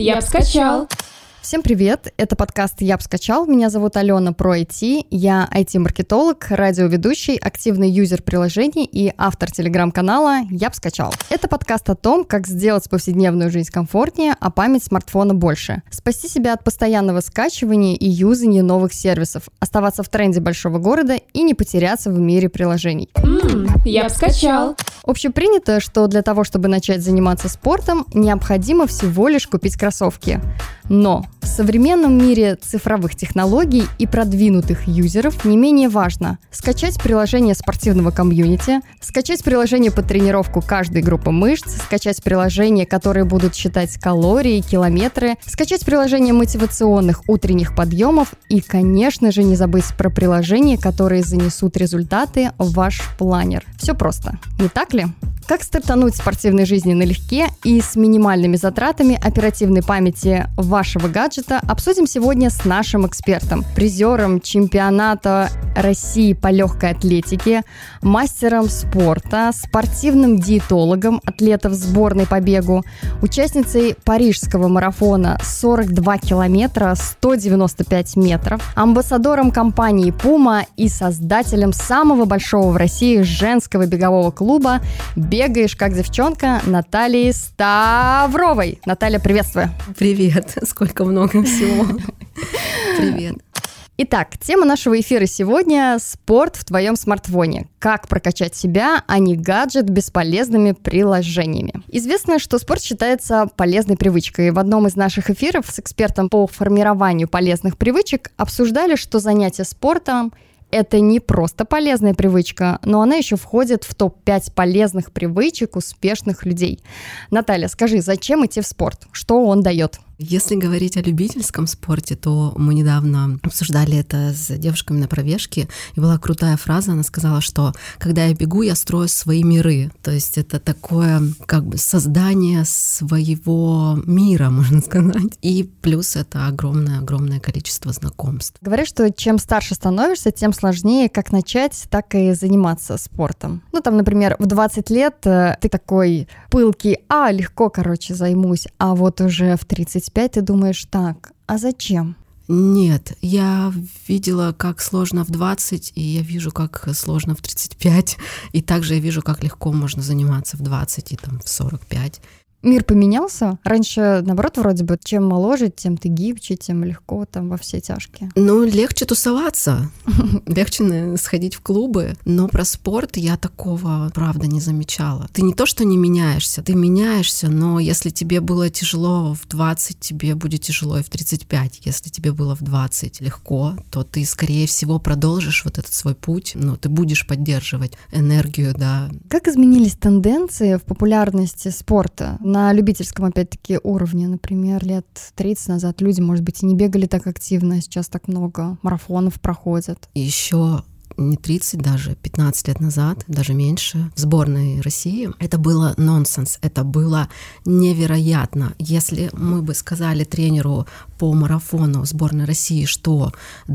Я б скачал. Всем привет, это подкаст «Я б скачал», меня зовут Алена про IT, я IT-маркетолог, радиоведущий, активный юзер приложений и автор телеграм-канала «Я б скачал». Это подкаст о том, как сделать повседневную жизнь комфортнее, а память смартфона больше, спасти себя от постоянного скачивания и юзания новых сервисов, оставаться в тренде большого города и не потеряться в мире приложений. Я б скачал. Общепринято, что для того, чтобы начать заниматься спортом, необходимо всего лишь купить кроссовки. Но в современном мире цифровых технологий и продвинутых юзеров не менее важно скачать приложение спортивного комьюнити, скачать приложение под тренировку каждой группы мышц, скачать приложения, которые будут считать калории, километры, скачать приложение мотивационных утренних подъемов и, конечно же, не забыть про приложения, которые занесут результаты в ваш планер. Все просто, не так ли? Как стартануть в спортивной жизни налегке и с минимальными затратами оперативной памяти вашего гаджета обсудим сегодня с нашим экспертом, призером чемпионата России по легкой атлетике, мастером спорта, спортивным диетологом атлетов сборной по бегу, участницей парижского марафона 42 километра 195 метров, амбассадором компании Puma и создателем самого большого в России женского бегового клуба «Бегаешь как девчонка» Натальей Ставровой. Наталья, приветствую. Привет, сколько много всего. Привет. Итак, тема нашего эфира сегодня – спорт в твоем смартфоне. Как прокачать себя, а не гаджет бесполезными приложениями. Известно, что спорт считается полезной привычкой. В одном из наших эфиров с экспертом по формированию полезных привычек обсуждали, что занятие спортом – это не просто полезная привычка, но она еще входит в топ-5 полезных привычек успешных людей. Наталья, скажи, зачем идти в спорт? Что он дает? Если говорить о любительском спорте, то мы недавно обсуждали это с девушками на пробежке, и была крутая фраза, она сказала, что когда я бегу, я строю свои миры, то есть это такое как бы создание своего мира, можно сказать, и плюс это огромное количество знакомств. Говорят, что чем старше становишься, тем сложнее как начать, так и заниматься спортом. Ну, там, например, в 20 лет ты такой пылкий, легко, займусь, а вот уже в 35 ты думаешь, так, а зачем? Нет, я видела, как сложно в 20, и я вижу, как сложно в 35, и также я вижу, как легко можно заниматься в 20 и в 45. Мир поменялся? Раньше, наоборот, вроде бы, чем моложе, тем ты гибче, тем легко во все тяжкие. Легче тусоваться, легче сходить в клубы, но про спорт я такого, правда, не замечала. Ты не то, что не меняешься, ты меняешься, но если тебе было тяжело в 20, тебе будет тяжело и в 35. Если тебе было в 20 легко, то ты, скорее всего, продолжишь вот этот свой путь, но ты будешь поддерживать энергию, да. Как изменились тенденции в популярности спорта? На любительском, опять-таки, уровне, например, лет 30 назад люди, может быть, и не бегали так активно, сейчас так много марафонов проходят. И еще не 30, даже 15 лет назад, даже меньше, в сборной России это было нонсенс, это было невероятно. Если мы бы сказали тренеру по марафону сборной России, что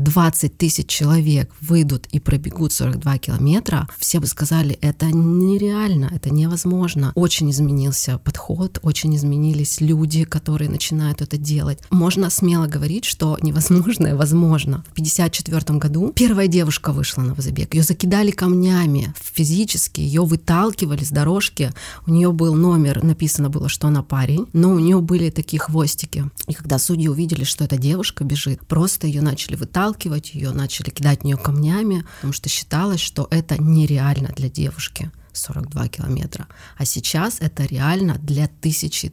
20 тысяч человек выйдут и пробегут 42 километра, все бы сказали, это нереально, это невозможно. Очень изменился подход, очень изменились люди, которые начинают это делать. Можно смело говорить, что невозможное возможно. В 1954 году первая девушка вышла на забег. Ее закидали камнями физически, ее выталкивали с дорожки. У нее был номер, написано было, что она парень, но у нее были такие хвостики. И когда судьи увидели, что эта девушка бежит, просто ее начали выталкивать, ее начали кидать в нее камнями, потому что считалось, что это нереально для девушки. 42 километра. А сейчас это реально для тысячи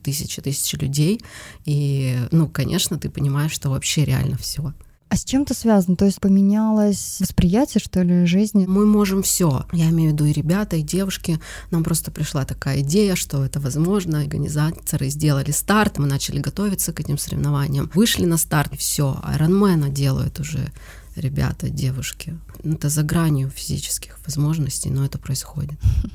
людей. И, конечно, ты понимаешь, что вообще реально все. А с чем это связано? То есть поменялось восприятие, что ли, жизни? Мы можем все. Я имею в виду и ребята, и девушки. Нам просто пришла такая идея, что это возможно. Организаторы сделали старт, мы начали готовиться к этим соревнованиям. Вышли на старт, и все. Айронмена делают уже ребята, девушки. Это за гранью физических возможностей, но это происходит.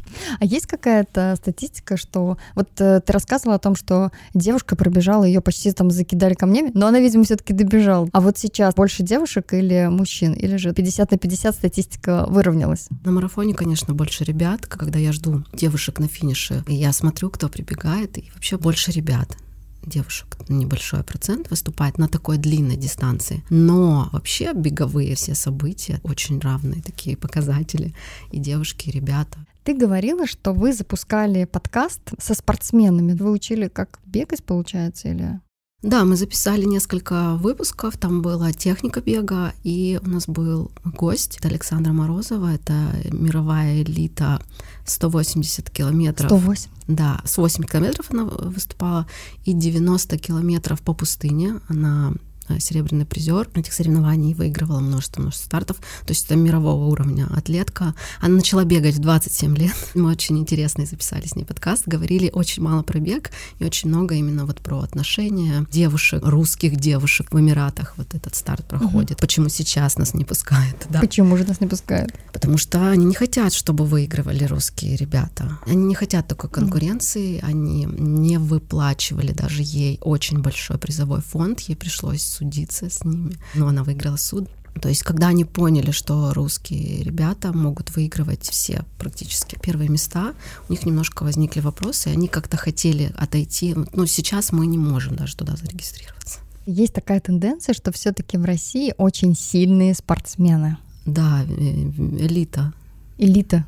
А есть какая-то статистика, что... Вот ты рассказывала о том, что девушка пробежала, ее почти там закидали камнями, но она, видимо, все-таки добежала. А вот сейчас больше девушек или мужчин? Или же 50/50 статистика выровнялась? На марафоне, конечно, больше ребят. Когда я жду девушек на финише, я смотрю, кто прибегает, и вообще больше ребят. девушек, небольшой процент выступает на такой длинной дистанции. Но вообще беговые все события очень равные такие показатели. И девушки, и ребята. Ты говорила, что вы запускали подкаст со спортсменами. Вы учили, как бегать, получается, или... Да, мы записали несколько выпусков, там была техника бега, и у нас был гость, это Александра Морозова, это мировая элита 180 километров. 108? Да, с 80 километров она выступала, и 90 километров по пустыне. Она серебряный призер этих соревнований, выигрывала множество стартов, то есть это мирового уровня атлетка. Она начала бегать в 27 лет. Мы очень интересно записали с ней подкаст, говорили очень мало про бег и очень много именно вот про отношения девушек, русских девушек в Эмиратах. Вот этот старт проходит. Почему сейчас нас не пускают? Да. Почему же нас не пускают? Потому что они не хотят, чтобы выигрывали русские ребята. Они не хотят такой конкуренции, они не выплачивали даже ей очень большой призовой фонд, ей пришлось судиться с ними, но она выиграла суд. То есть, когда они поняли, что русские ребята могут выигрывать все практически первые места, у них немножко возникли вопросы, и они как-то хотели отойти. Но сейчас мы не можем даже туда зарегистрироваться. Есть такая тенденция, что все-таки в России очень сильные спортсмены. Да, элита. Элита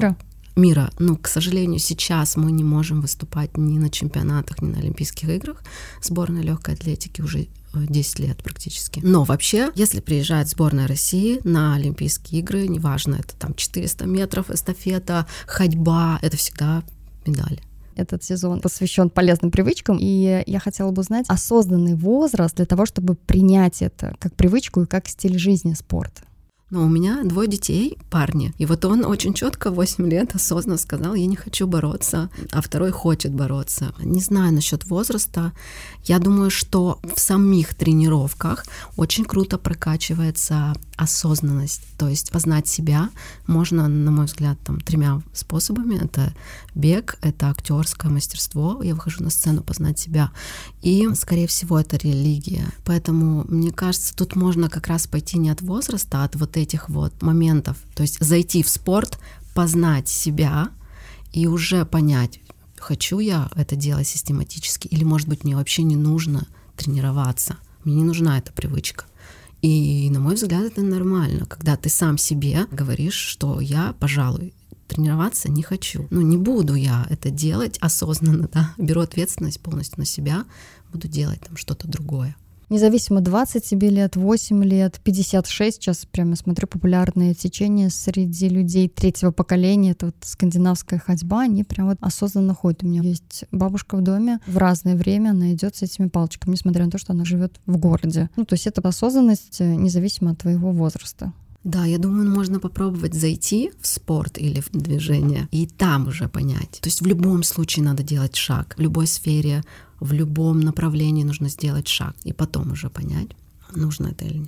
Мира. Но, к сожалению, сейчас мы не можем выступать ни на чемпионатах, ни на Олимпийских играх. Сборная легкой атлетики уже 10 лет практически. Но вообще, если приезжает сборная России на Олимпийские игры, неважно, это там 400 метров, эстафета, ходьба, это всегда медали. Этот сезон посвящен полезным привычкам, и я хотела бы узнать осознанный возраст для того, чтобы принять это как привычку и как стиль жизни спорт. Но у меня 2 детей, парни. И вот он очень четко 8 лет осознанно сказал: я не хочу бороться, а второй хочет бороться. Не знаю насчет возраста. Я думаю, что в самих тренировках очень круто прокачивается осознанность. То есть познать себя можно, на мой взгляд, 3 способами. Это бег, это актерское мастерство. Я выхожу на сцену познать себя. И, скорее всего, это религия. Поэтому, мне кажется, тут можно как раз пойти не от возраста, а от вот этих вот моментов. То есть зайти в спорт, познать себя и уже понять, хочу я это делать систематически, или, может быть, мне вообще не нужно тренироваться. Мне не нужна эта привычка. И, на мой взгляд, это нормально, когда ты сам себе говоришь, что я, пожалуй, тренироваться не хочу. Не буду я это делать осознанно, да, беру ответственность полностью на себя, буду делать что-то другое. Независимо, 20 тебе лет, 8 лет, 56, сейчас прямо смотрю популярное течение среди людей 3-го поколения, это вот скандинавская ходьба, они прям вот осознанно ходят. У меня есть бабушка в доме, в разное время она идет с этими палочками, несмотря на то, что она живет в городе. То есть это осознанность независимо от твоего возраста. Да, я думаю, можно попробовать зайти в спорт или в движение и там уже понять. То есть в любом случае надо делать шаг, в любой сфере, в любом направлении нужно сделать шаг, и потом уже понять, нужно это или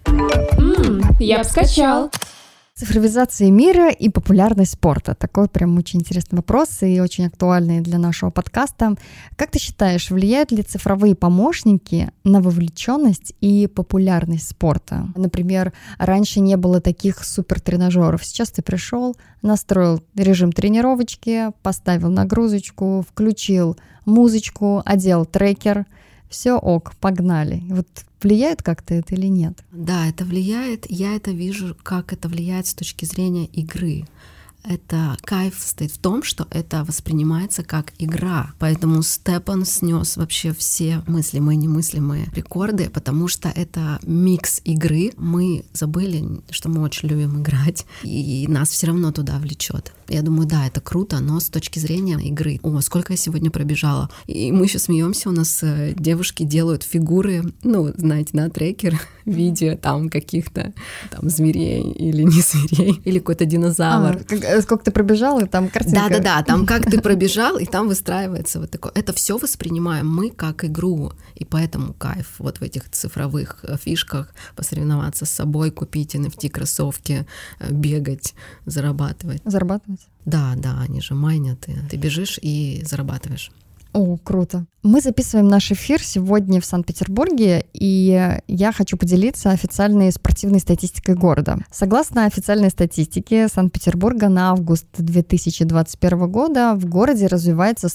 нет. Я бы скачал. Цифровизация мира и популярность спорта. Такой прям очень интересный вопрос и очень актуальный для нашего подкаста. Как ты считаешь, влияют ли цифровые помощники на вовлеченность и популярность спорта? Например, раньше не было таких супертренажеров. Сейчас ты пришел, настроил режим тренировочки, поставил нагрузочку, включил музычку, одел трекер. Все ок, погнали. Вот влияет как-то это или нет? Да, это влияет. Я это вижу, как это влияет с точки зрения игры. Это кайф стоит в том, что это воспринимается как игра. Поэтому Степан снес вообще все мыслимые и немыслимые рекорды, потому что это микс игры. Мы забыли, что мы очень любим играть, и нас все равно туда влечет. Я думаю, да, это круто, но с точки зрения игры. Сколько я сегодня пробежала. И мы еще смеемся, у нас девушки делают фигуры, знаете, да, трекер, видео каких-то зверей или не зверей, или какой-то динозавр. Сколько ты пробежал, и там картинка. Да, там как ты пробежал, и там выстраивается вот такое. Это все воспринимаем мы как игру, и поэтому кайф вот в этих цифровых фишках посоревноваться с собой, купить NFT-кроссовки, бегать, зарабатывать. Зарабатывать? Да, они же майнят, ты бежишь и зарабатываешь. О, круто. Мы записываем наш эфир сегодня в Санкт-Петербурге, и я хочу поделиться официальной спортивной статистикой города. Согласно официальной статистике Санкт-Петербурга на август 2021 года в городе развивается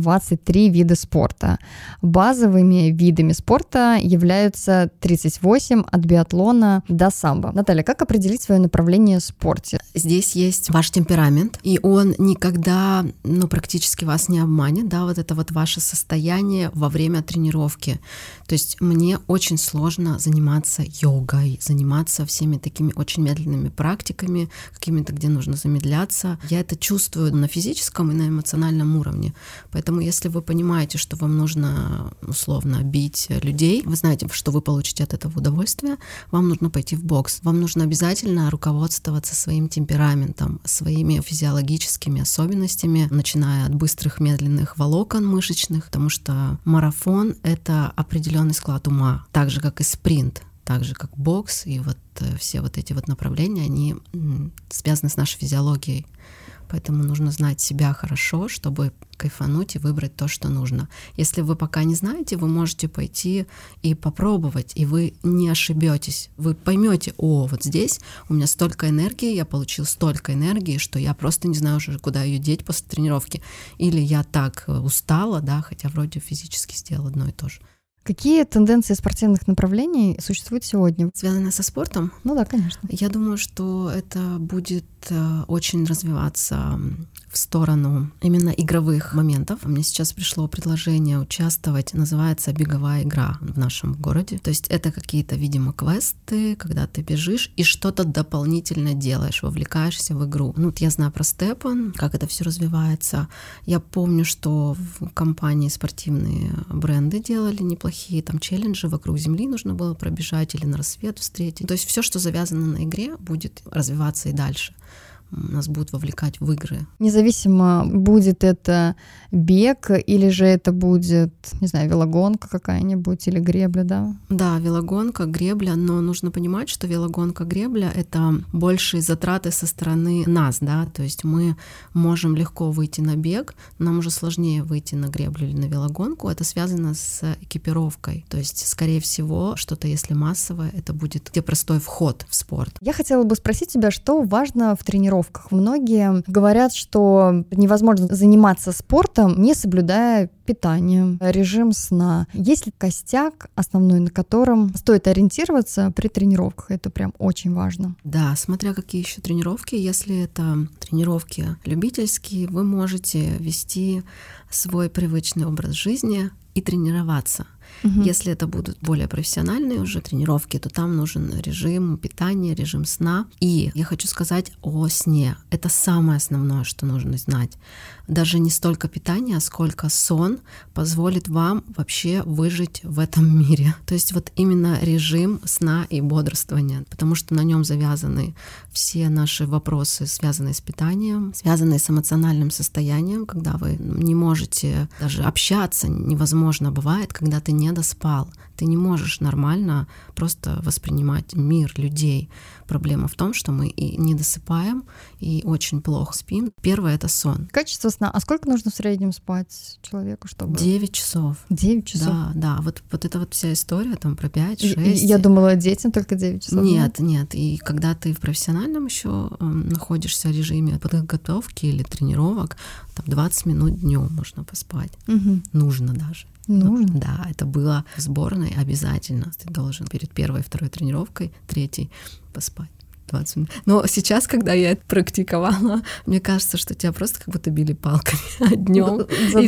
123 вида спорта. Базовыми видами спорта являются 38 от биатлона до самбо. Наталья, как определить свое направление в спорте? Здесь есть ваш темперамент, и он никогда, практически вас не обманет, да, вот это вот ваше состояние во время тренировки. То есть мне очень сложно заниматься йогой, заниматься всеми такими очень медленными практиками, какими-то, где нужно замедляться. Я это чувствую на физическом и на эмоциональном уровне. Поэтому если вы понимаете, что вам нужно условно бить людей, вы знаете, что вы получите от этого удовольствие, вам нужно пойти в бокс. Вам нужно обязательно руководствоваться своим темпераментом, своими физиологическими особенностями, начиная от быстрых медленных волокон мышечных, потому что марафон — это определенный склад ума, так же, как и спринт, так же, как бокс, и вот все вот эти вот направления, они связаны с нашей физиологией. Поэтому нужно знать себя хорошо, чтобы кайфануть и выбрать то, что нужно. Если вы пока не знаете, вы можете пойти и попробовать, и вы не ошибетесь. Вы поймете: вот здесь у меня столько энергии, я получил столько энергии, что я просто не знаю уже, куда ее деть после тренировки. Или я так устала, да, хотя вроде физически сделала одно и то же. Какие тенденции спортивных направлений существуют сегодня? Связанные со спортом? Ну да, конечно. Я думаю, что это будет очень развиваться в сторону именно игровых моментов. Мне сейчас пришло предложение участвовать, называется «Беговая игра» в нашем городе. То есть это какие-то, видимо, квесты, когда ты бежишь и что-то дополнительно делаешь, вовлекаешься в игру. Я знаю про Степан, как это все развивается. Я помню, что в компании спортивные бренды делали неплохие там челленджи, вокруг Земли нужно было пробежать или на рассвет встретить. То есть все, что завязано на игре, будет развиваться и дальше. Нас будут вовлекать в игры. Независимо, будет это бег или же это будет, не знаю, велогонка какая-нибудь или гребля, да? Да, велогонка, гребля, но нужно понимать, что велогонка, гребля — это большие затраты со стороны нас, да, то есть мы можем легко выйти на бег, нам уже сложнее выйти на греблю или на велогонку, это связано с экипировкой, то есть, скорее всего, что-то, если массовое, это будет где простой вход в спорт. Я хотела бы спросить тебя, что важно в тренировках? Многие говорят, что невозможно заниматься спортом, не соблюдая питание, режим сна. Есть ли костяк основной, на котором стоит ориентироваться при тренировках? Это прям очень важно. Да, смотря какие еще тренировки. Если это тренировки любительские, вы можете вести свой привычный образ жизни и тренироваться. Если это будут более профессиональные уже тренировки, то там нужен режим питания, режим сна. И я хочу сказать о сне. Это самое основное, что нужно знать. Даже не столько питание, сколько сон позволит вам вообще выжить в этом мире. То есть вот именно режим сна и бодрствования, потому что на нем завязаны все наши вопросы, связанные с питанием, связанные с эмоциональным состоянием, когда вы не можете даже общаться, невозможно бывает, когда ты не доспал. Ты не можешь нормально просто воспринимать мир, людей. Проблема в том, что мы и не досыпаем, и очень плохо спим. Первое — это сон. Качество сна. А сколько нужно в среднем спать человеку, чтобы... 9 часов. 9 часов? Да. Вот эта вот вся история там про 5-6. Я думала, детям только 9 часов. Нет. И когда ты в профессиональном еще находишься в режиме подготовки или тренировок, там 20 минут днем можно поспать. Нужно даже. Нужно? Да, это было в сборной обязательно. Ты должен перед первой, второй тренировкой, третьей поспать 20 минут. Но сейчас, когда я это практиковала, мне кажется, что тебя просто как будто били палками днем.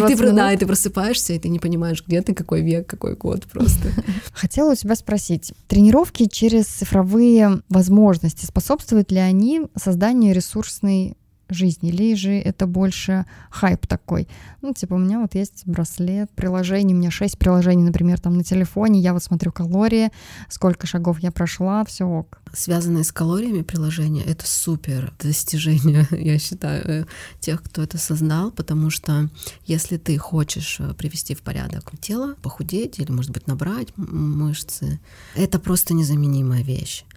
И ты просыпаешься, и ты не понимаешь, где ты, какой век, какой год просто. Хотела у тебя спросить, тренировки через цифровые возможности, способствуют ли они созданию ресурсной жизни, или же это больше хайп такой? У меня вот есть браслет, приложений, у меня 6 приложений, например, там на телефоне, я вот смотрю калории, сколько шагов я прошла, все ок. Связанные с калориями приложения — это супер достижение, я считаю, тех, кто это создал, потому что если ты хочешь привести в порядок тело, похудеть или, может быть, набрать мышцы, это просто незаменимая вещь.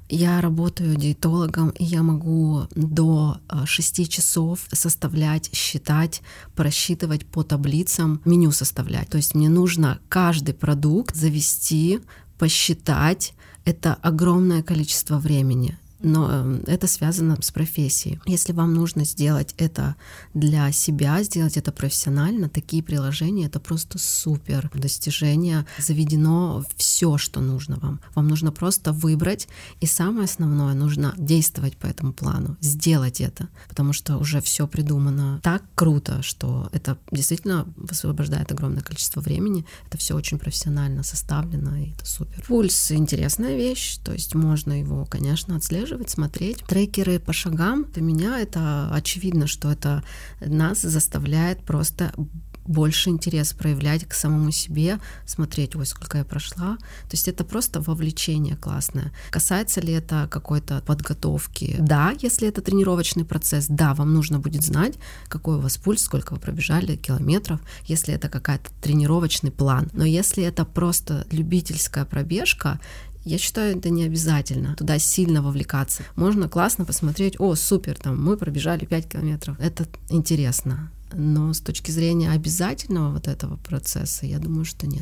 Я работаю диетологом, и я могу до 6 часов составлять, считать, просчитывать по таблицам, меню составлять. То есть мне нужно каждый продукт завести, посчитать. Это огромное количество времени. Но это связано с профессией. Если вам нужно сделать это для себя, сделать это профессионально, такие приложения — это просто супер достижение. Заведено все, что нужно вам. Вам нужно просто выбрать, и самое основное, нужно действовать по этому плану, сделать это, потому что уже все придумано так круто, что это действительно высвобождает огромное количество времени. Это все очень профессионально составлено, и это супер. Пульс — интересная вещь, то есть можно его, конечно, отслеживать, смотреть. Трекеры по шагам, для меня это очевидно, что это нас заставляет просто больше интерес проявлять к самому себе, смотреть, ой, сколько я прошла. То есть это просто вовлечение классное. Касается ли это какой-то подготовки? Да, если это тренировочный процесс, да, вам нужно будет знать, какой у вас пульс, сколько вы пробежали километров, если это какой-то тренировочный план. Но если это просто любительская пробежка, я считаю, это не обязательно туда сильно вовлекаться. Можно классно посмотреть, о, супер, там мы пробежали 5 километров. Это интересно. Но с точки зрения обязательного вот этого процесса, я думаю, что нет.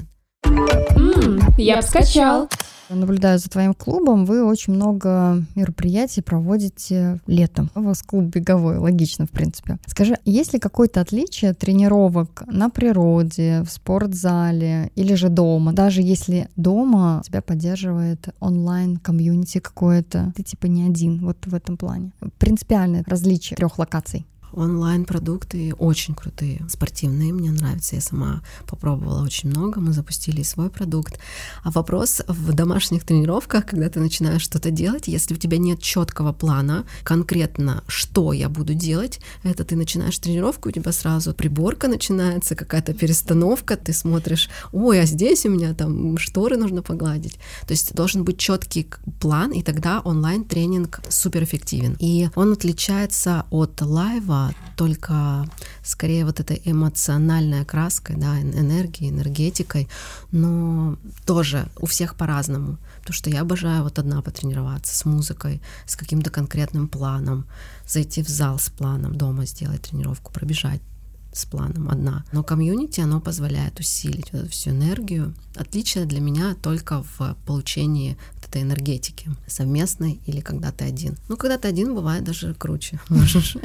Я бы скачал. Наблюдаю за твоим клубом, вы очень много мероприятий проводите летом. У вас клуб беговой, логично, в принципе. Скажи, есть ли какое-то отличие тренировок на природе, в спортзале или же дома? Даже если дома тебя поддерживает онлайн-комьюнити какое-то, ты типа не один вот в этом плане. Принципиальное различие 3 локаций. Онлайн-продукты очень крутые, спортивные, мне нравятся. Я сама попробовала очень много, мы запустили свой продукт. А вопрос в домашних тренировках, когда ты начинаешь что-то делать, если у тебя нет четкого плана, конкретно, что я буду делать, это ты начинаешь тренировку, у тебя сразу приборка начинается, какая-то перестановка, ты смотришь, ой, а здесь у меня там шторы нужно погладить. То есть должен быть четкий план, и тогда онлайн-тренинг суперэффективен. И он отличается от лайва только скорее вот этой эмоциональной окраской, да, энергией, энергетикой, но тоже у всех по-разному, потому что я обожаю вот одна потренироваться с музыкой, с каким-то конкретным планом, зайти в зал с планом, дома сделать тренировку, пробежать с планом одна. Но комьюнити, оно позволяет усилить вот эту всю энергию. Отличие для меня только в получении вот этой энергетики, совместной или когда ты один. Ну, когда ты один, бывает даже круче. Можешь,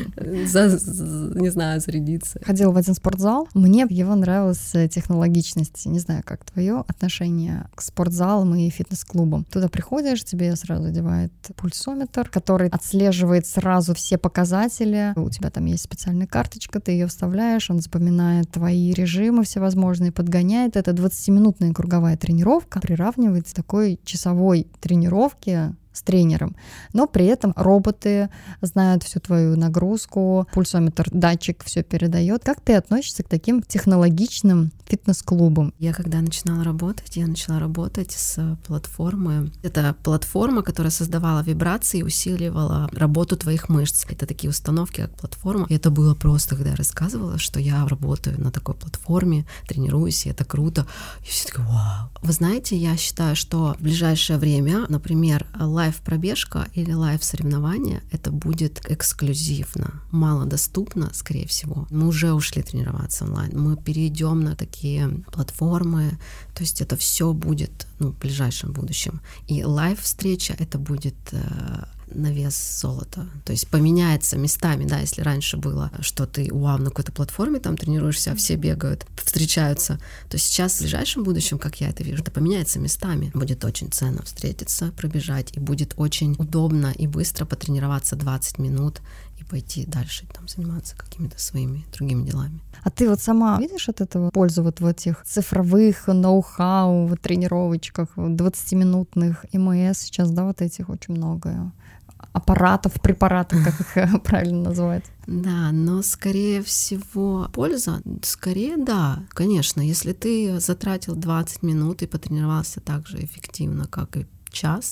не знаю, зарядиться. Ходила в один спортзал. Мне в его нравилась технологичность. Не знаю, как твое отношение к спортзалам и фитнес-клубам. Туда приходишь, тебе сразу одевает пульсометр, который отслеживает сразу все показатели. У тебя там есть специальная карточка, ты ее вставляешь, он запоминает твои режимы всевозможные, подгоняет. Это 20-минутная круговая тренировка приравнивается к такой часовой тренировке с тренером, но при этом роботы знают всю твою нагрузку, пульсометр, датчик все передает. Как ты относишься к таким технологичным фитнес-клубам? Я когда начала работать с платформы. Это платформа, которая создавала вибрации и усиливала работу твоих мышц. Это такие установки, как платформа. И это было просто, когда я рассказывала, что я работаю на такой платформе, тренируюсь, и это круто. И все таки вау. Вы знаете, я считаю, что в ближайшее время, например, лайв-пробежка или лайв-соревнование, это будет эксклюзивно, малодоступно, скорее всего. Мы уже ушли тренироваться онлайн, мы перейдем на такие платформы, то есть это все будет в ближайшем будущем. И лайв-встреча это будет на вес золота. То есть поменяется местами, да, если раньше было, что ты, на какой-то платформе там тренируешься, а все бегают, встречаются, то сейчас в ближайшем будущем, как я это вижу, это поменяется местами. Будет очень ценно встретиться, пробежать, и будет очень удобно и быстро потренироваться 20 минут и пойти дальше там заниматься какими-то своими другими делами. А ты вот сама видишь от этого пользу вот в этих цифровых ноу-хау, в тренировочках, 20-минутных МС сейчас, да, вот этих очень много аппаратов, препаратов, как их правильно называть? Да, но скорее всего польза, скорее да, конечно, если ты затратил 20 минут и потренировался так же эффективно, как и час,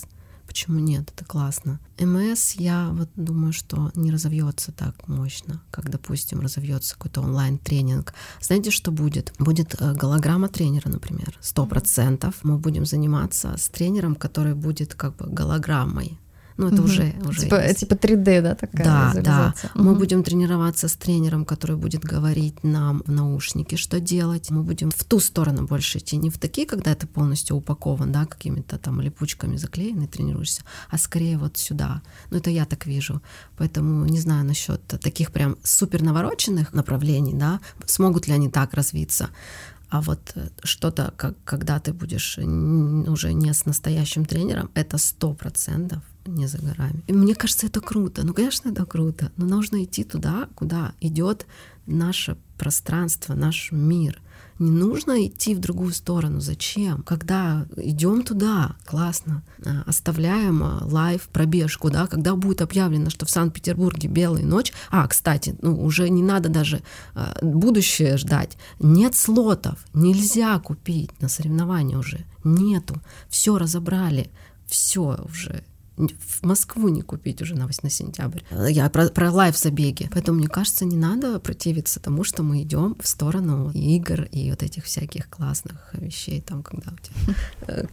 Почему нет? Это классно. МС, я вот думаю, что не разовьется так мощно, как, допустим, разовьется какой-то онлайн-тренинг. Знаете, что будет? Будет голограмма тренера, например, 100%. Мы будем заниматься с тренером, который будет как бы голограммой. Ну, это уже типа 3D, да, такая визуализация? Да. Мы будем тренироваться с тренером, который будет говорить нам в наушнике, что делать. Мы будем в ту сторону больше идти, не в такие, когда ты полностью упакован, да, какими-то там липучками заклеен и тренируешься, а скорее вот сюда. Ну, это я так вижу. Поэтому не знаю насчет таких прям супер навороченных направлений, да, смогут ли они так развиться. А вот что-то, когда ты будешь уже не с настоящим тренером, это 100% не за горами. И мне кажется, это круто. Ну, конечно, это круто, но нужно идти туда, куда идет наше пространство, наш мир. Не нужно идти в другую сторону. Зачем? Когда идем туда, классно, оставляем лайв, пробежку, да, когда будет объявлено, что в Санкт-Петербурге белая ночь, кстати, уже не надо даже будущее ждать, нет слотов, нельзя купить на соревнования уже, нету, все разобрали, все уже. В Москву не купить уже на сентябрь. Я про лайв-забеги. Поэтому, мне кажется, не надо противиться тому, что мы идем в сторону игр и вот этих всяких классных вещей, там, когда у тебя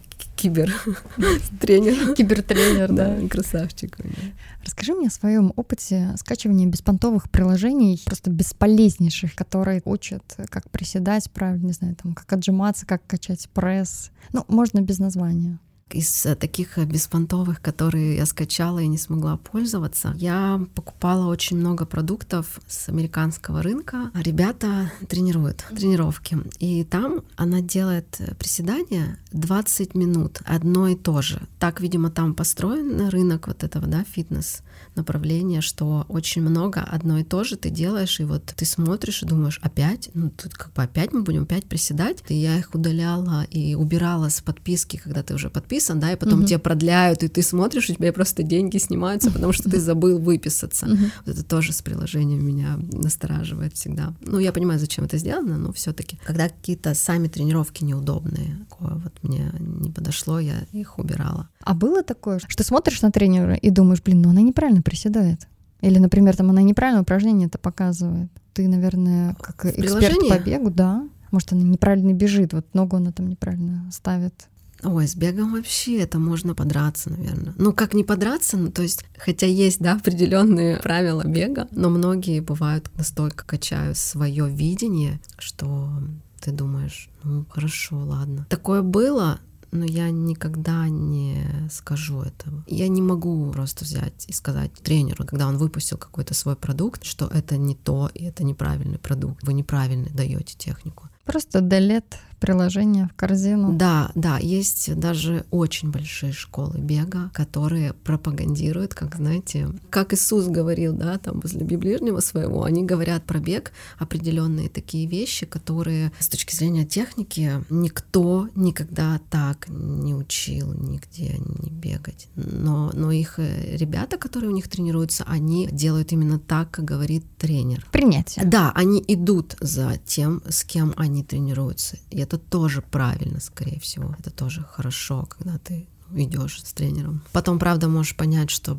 кибертренер. Кибертренер, да. Красавчик. Расскажи мне о своем опыте скачивания беспонтовых приложений, просто бесполезнейших, которые учат, как приседать правильно, не знаю, там, как отжиматься, как качать пресс. Ну, можно без названия. Из таких беспонтовых, которые я скачала и не смогла пользоваться, я покупала очень много продуктов с американского рынка. Ребята тренируют тренировки, и там она делает приседания 20 минут, одно и то же. Так, видимо, там построен рынок вот этого, да, фитнес-направления, что очень много одно и то же ты делаешь, и вот ты смотришь и думаешь, опять? Ну, тут как бы опять мы будем опять приседать? И я их удаляла и убирала с подписки, когда ты уже подписан, да, и потом тебе продляют, и ты смотришь, у тебя просто деньги снимаются, потому что ты забыл выписаться. Вот это тоже с приложением меня настораживает всегда. Ну, я понимаю, зачем это сделано, но все-таки, когда какие-то сами тренировки неудобные, такое вот мне не подошло, я их убирала. А было такое, что смотришь на тренера и думаешь, ну она неправильно приседает? Или, например, там она неправильно упражнение это показывает? Ты, наверное, как эксперт по бегу, да? Может, она неправильно бежит, вот ногу она там неправильно ставит. Ой, с бегом вообще это можно подраться, наверное. Ну, как не подраться, ну, то есть, хотя есть, да, определенные правила бега, но многие бывают настолько качают свое видение, что ты думаешь, ну, хорошо, ладно. Такое было, но я никогда не скажу этого. Я не могу просто взять и сказать тренеру, когда он выпустил какой-то свой продукт, что это не то и это неправильный продукт. Вы неправильно даете технику. Просто делет приложение в корзину. Да, есть даже очень большие школы бега, которые пропагандируют, как, знаете, как Иисус говорил, да, там возле ближнего своего, они говорят про бег определенные такие вещи, которые с точки зрения техники никто никогда так не учил нигде не бегать. Но их ребята, которые у них тренируются, они делают именно так, как говорит тренер. Принятие. Да, они идут за тем, с кем они тренируются. И это тоже правильно, скорее всего. Это тоже хорошо, когда ты идешь с тренером. Потом, правда, можешь понять, что,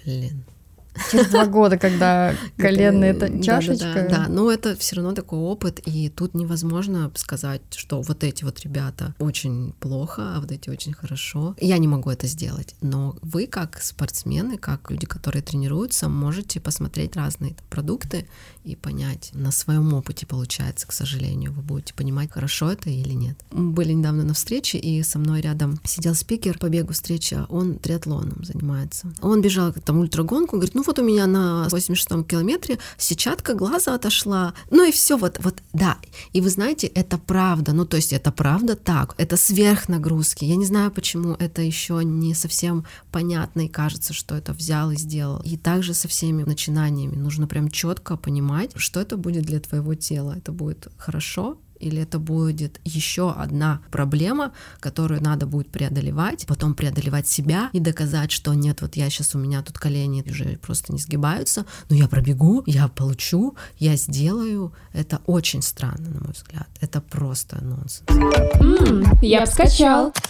Через 2 года, когда коленная эта чашечка. Да, но это все равно такой опыт, и тут невозможно сказать, что вот эти вот ребята очень плохо, а вот эти очень хорошо. Я не могу это сделать, но вы как спортсмены, как люди, которые тренируются, можете посмотреть разные продукты и понять. На своем опыте получается, к сожалению, вы будете понимать, хорошо это или нет. Мы были недавно на встрече, и со мной рядом сидел спикер по бегу встреча, он триатлоном занимается. Он бежал там ультрагонку, говорит, вот у меня на 86-м километре сетчатка глаза отошла. Ну и все, вот, да. И вы знаете, это правда. Ну, то есть это правда так. Это сверхнагрузки. Я не знаю, почему это еще не совсем понятно и кажется, что это взял и сделал. И также со всеми начинаниями нужно прям четко понимать, что это будет для твоего тела. Это будет хорошо, или это будет еще одна проблема, которую надо будет преодолевать, потом преодолевать себя и доказать, что нет, вот я сейчас, у меня тут колени уже просто не сгибаются, но я пробегу, я получу, я сделаю. Это очень странно, на мой взгляд. Это просто нонсенс. Я бы скачал.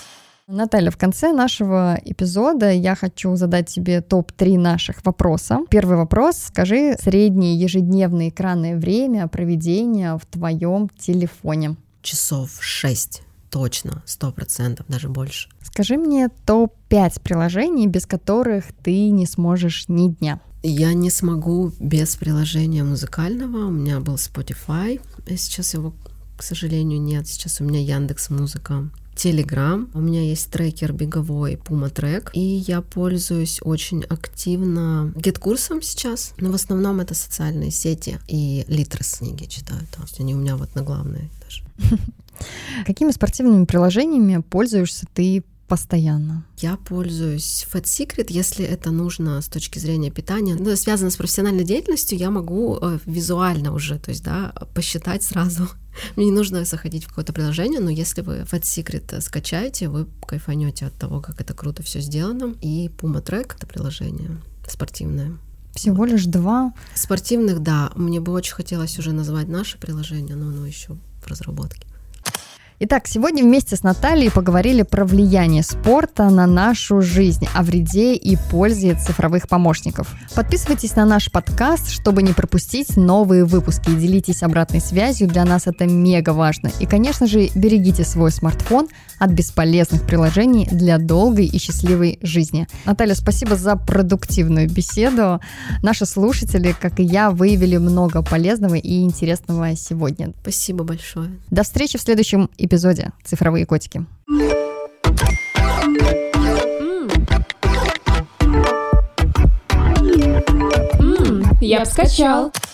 Наталья, в конце нашего эпизода я хочу задать тебе топ-3 наших вопроса. Первый вопрос. Скажи среднее ежедневное экранное время проведения в твоем телефоне. Часов 6. Точно, 100%, даже больше. Скажи мне топ-5 приложений, без которых ты не сможешь ни дня. Я не смогу без приложения музыкального. У меня был Spotify, сейчас его, к сожалению, нет. Сейчас у меня Яндекс.Музыка. Telegram, у меня есть трекер беговой Puma Track, и я пользуюсь очень активно GetCourse сейчас, но в основном это социальные сети и Litres книги читаю, то есть они у меня вот на главные даже. Какими спортивными приложениями пользуешься ты постоянно? Я пользуюсь Fat Secret, если это нужно с точки зрения питания. Но связано с профессиональной деятельностью, я могу визуально уже, то есть, да, посчитать сразу. Мне не нужно заходить в какое-то приложение, но если вы Fat Secret скачаете, вы кайфанете от того, как это круто все сделано. И Puma Track — это приложение спортивное. Всего лишь 2? Спортивных, да. Мне бы очень хотелось уже назвать наше приложение, но оно еще в разработке. Итак, сегодня вместе с Натальей поговорили про влияние спорта на нашу жизнь, о вреде и пользе цифровых помощников. Подписывайтесь на наш подкаст, чтобы не пропустить новые выпуски, и делитесь обратной связью, для нас это мега важно. И, конечно же, берегите свой смартфон от бесполезных приложений для долгой и счастливой жизни. Наталья, спасибо за продуктивную беседу. Наши слушатели, как и я, выявили много полезного и интересного сегодня. Спасибо большое. До встречи в следующем эпизоде «Цифровые котики». Я бы скачал.